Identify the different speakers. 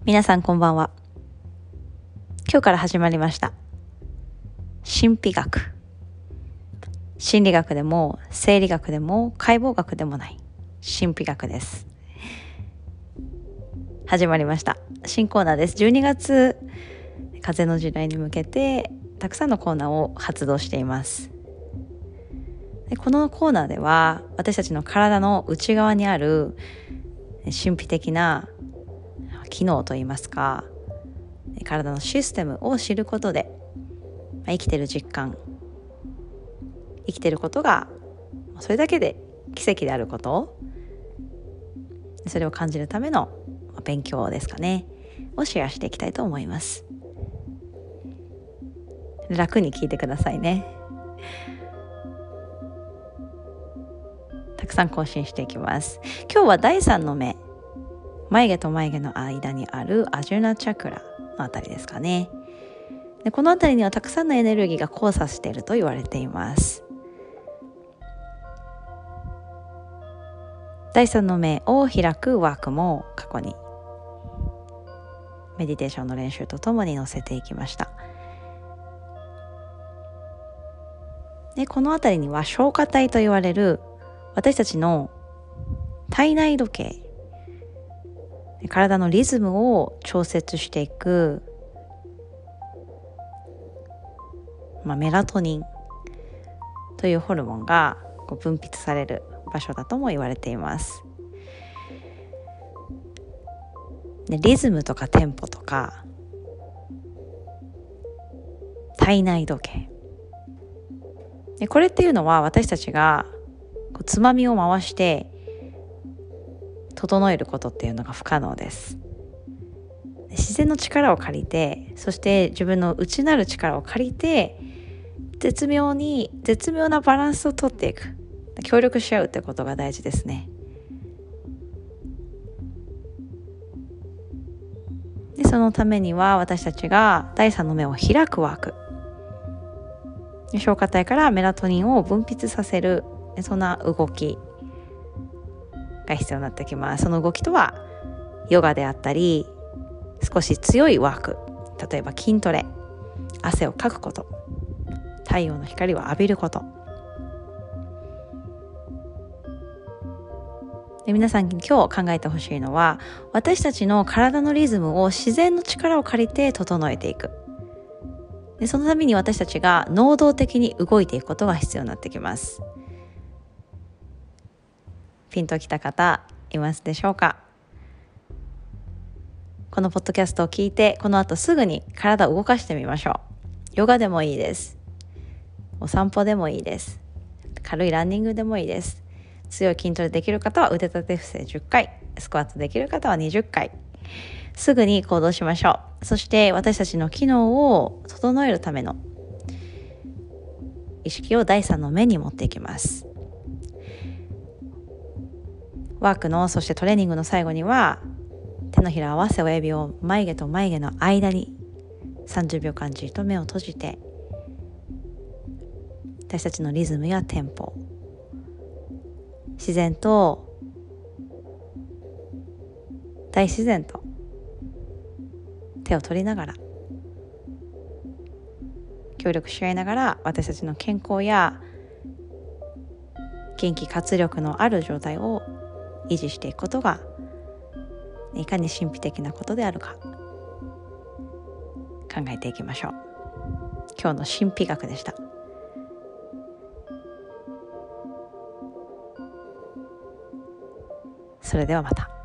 Speaker 1: 皆さんこんばんは。今日から始まりました神秘学。心理学でも生理学でも解剖学でもない神秘学です。始まりました。新コーナーです。12月風の時代に向けてたくさんのコーナーを発動しています。でこのコーナーでは私たちの体の内側にある神秘的な機能といいますか、体のシステムを知ることで生きてる実感、生きてることがそれだけで奇跡であること、それを感じるための勉強ですかねをシェアしていきたいと思います。楽に聞いてくださいね。たくさん更新していきます。今日は第3の目、眉毛と眉毛の間にあるアジュナチャクラのあたりですかね。でこのあたりにはたくさんのエネルギーが交差していると言われています。第3の目を開くワークも過去にメディテーションの練習とともに載せていきました。でこのあたりには消化体と言われる私たちの体内時計、体のリズムを調節していく、メラトニンというホルモンが分泌される場所だとも言われています。でリズムとかテンポとか体内時計、でこれっていうのは私たちがつまみを回して整えることっていうのが不可能です。自然の力を借りて、そして自分の内なる力を借りて絶妙なバランスをとっていく、協力し合うってことが大事ですね。でそのためには私たちが第3の目を開くワーク、消化体からメラトニンを分泌させる、そんな動きが必要になってきます。その動きとはヨガであったり、少し強いワーク、例えば筋トレ、汗をかくこと、太陽の光を浴びること。で皆さんに今日考えてほしいのは、私たちの体のリズムを自然の力を借りて整えていく。でそのために私たちが能動的に動いていくことが必要になってきます。ピンときた方いますでしょうか？このポッドキャストを聞いて、この後すぐに体を動かしてみましょう。ヨガでもいいです。お散歩でもいいです。軽いランニングでもいいです。強い筋トレできる方は腕立て伏せ10回、スクワットできる方は20回。すぐに行動しましょう。そして私たちの機能を整えるための意識を第3の目に持っていきます。ワークのそしてトレーニングの最後には、手のひらを合わせ親指を眉毛と眉毛の間に30秒間じっと目を閉じて、私たちのリズムやテンポ、自然と大自然と手を取りながら、協力し合いながら、私たちの健康や元気活力のある状態を維持していくことがいかに神秘的なことであるか考えていきましょう。今日の神秘学でした。それではまた。